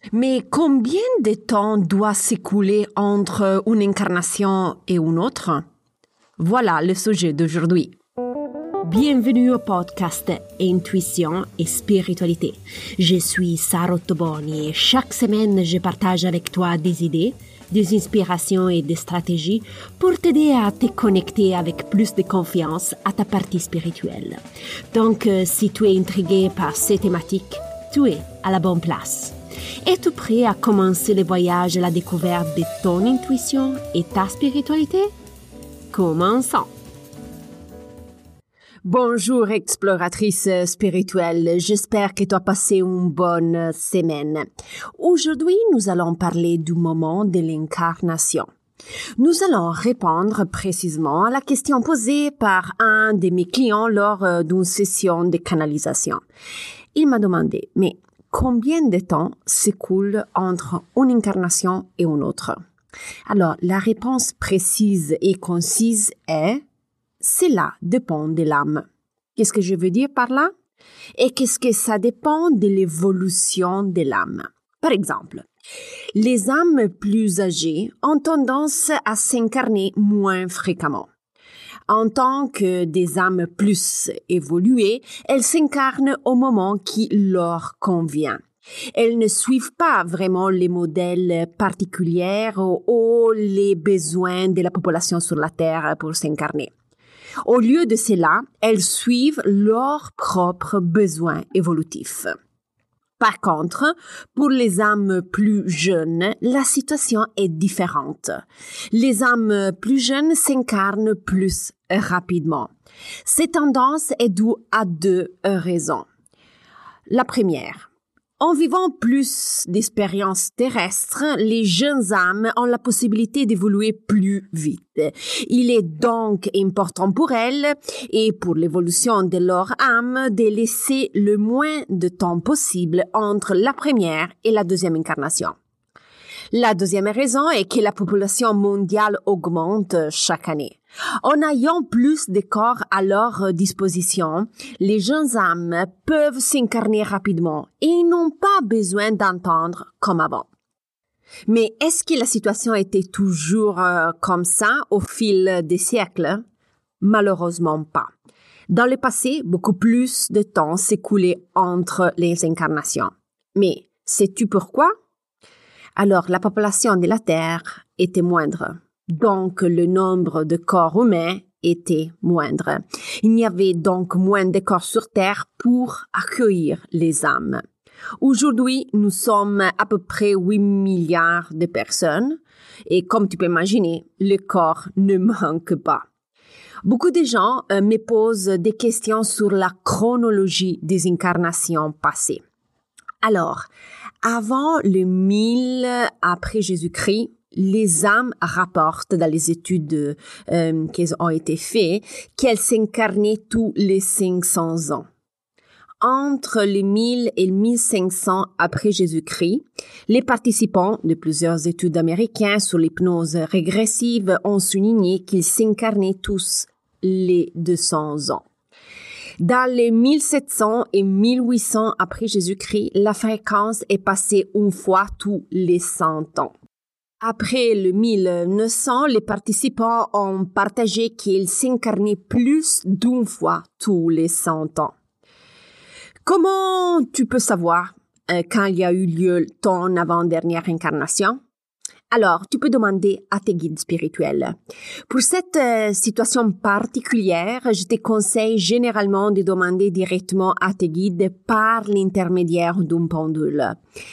Mais combien de temps doit s'écouler entre une incarnation et une autre? Voilà le sujet d'aujourd'hui. Bienvenue au podcast Intuition et Spiritualité. Je suis Sarah Toboni et chaque semaine, je partage avec toi des idées, des inspirations et des stratégies pour t'aider à te connecter avec plus de confiance à ta partie spirituelle. Donc, si tu es intrigué par ces thématiques, tu es à la bonne place. Es-tu prêt à commencer le voyage à la découverte de ton intuition et ta spiritualité? Commençons! Bonjour exploratrice spirituelle, j'espère que tu as passé une bonne semaine. Aujourd'hui, nous allons parler du moment de l'incarnation. Nous allons répondre précisément à la question posée par un de mes clients lors d'une session de canalisation. Il m'a demandé, mais combien de temps s'écoule entre une incarnation et une autre? Alors, la réponse précise et concise est cela dépend de l'âme. Qu'est-ce que je veux dire par là? Et qu'est-ce que ça dépend de l'évolution de l'âme? Par exemple, les âmes plus âgées ont tendance à s'incarner moins fréquemment. En tant que des âmes plus évoluées, elles s'incarnent au moment qui leur convient. Elles ne suivent pas vraiment les modèles particuliers ou les besoins de la population sur la Terre pour s'incarner. Au lieu de cela, elles suivent leurs propres besoins évolutifs. Par contre, pour les âmes plus jeunes, la situation est différente. Les âmes plus jeunes s'incarnent plus rapidement. Cette tendance est due à deux raisons. La première, en vivant plus d'expériences terrestres, les jeunes âmes ont la possibilité d'évoluer plus vite. Il est donc important pour elles et pour l'évolution de leur âme de laisser le moins de temps possible entre la première et la deuxième incarnation. La deuxième raison est que la population mondiale augmente chaque année. En ayant plus de corps à leur disposition, les jeunes âmes peuvent s'incarner rapidement et n'ont pas besoin d'entendre comme avant. Mais est-ce que la situation était toujours comme ça au fil des siècles? Malheureusement pas. Dans le passé, beaucoup plus de temps s'écoulait entre les incarnations. Mais sais-tu pourquoi? Alors, la population de la Terre était moindre. Donc, le nombre de corps humains était moindre. Il y avait donc moins de corps sur Terre pour accueillir les âmes. Aujourd'hui, nous sommes à peu près 8 milliards de personnes et comme tu peux imaginer, le corps ne manque pas. Beaucoup de gens me posent des questions sur la chronologie des incarnations passées. Alors, avant le 1000 après Jésus-Christ, les âmes rapportent dans les études qui ont été faites qu'elles s'incarnaient tous les 500 ans. Entre les 1000 et 1500 après Jésus-Christ, les participants de plusieurs études américaines sur l'hypnose régressive ont souligné qu'ils s'incarnaient tous les 200 ans. Dans les 1700 et 1800 après Jésus-Christ, la fréquence est passée une fois tous les 100 ans. Après le 1900, les participants ont partagé qu'ils s'incarnaient plus d'une fois tous les 100 ans. Comment tu peux savoir quand il y a eu lieu ton avant-dernière incarnation? Alors, tu peux demander à tes guides spirituels. Pour cette situation particulière, je te conseille généralement de demander directement à tes guides par l'intermédiaire d'une pendule.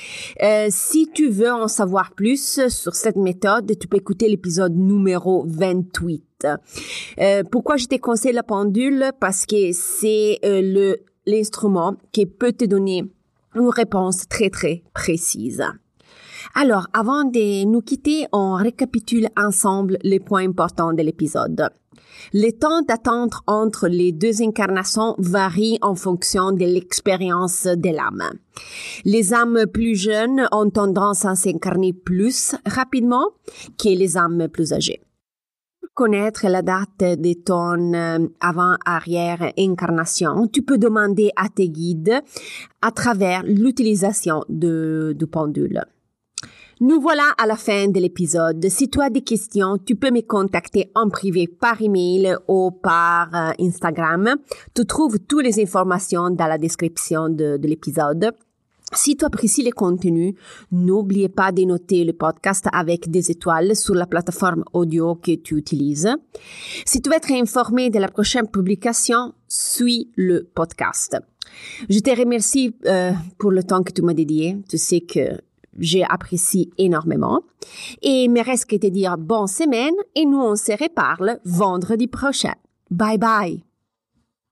Si tu veux en savoir plus sur cette méthode, tu peux écouter l'épisode numéro 28. Pourquoi je te conseille la pendule? Parce que c'est l'instrument qui peut te donner une réponse très, très précise. Alors, avant de nous quitter, on récapitule ensemble les points importants de l'épisode. Le temps d'attente entre les deux incarnations varie en fonction de l'expérience de l'âme. Les âmes plus jeunes ont tendance à s'incarner plus rapidement que les âmes plus âgées. connaître la date de ton avant-arrière incarnation, tu peux demander à tes guides à travers l'utilisation du pendule. Nous voilà à la fin de l'épisode. Si tu as des questions, tu peux me contacter en privé par email ou par Instagram. Tu trouves toutes les informations dans la description de l'épisode. Si tu apprécies le contenu, n'oubliez pas de noter le podcast avec des étoiles sur la plateforme audio que tu utilises. Si tu veux être informé de la prochaine publication, suis le podcast. Je te remercie pour le temps que tu m'as dédié. Tu sais que j'ai apprécié énormément. Et il me reste que te dire bonne semaine et nous on se reparle vendredi prochain. Bye bye!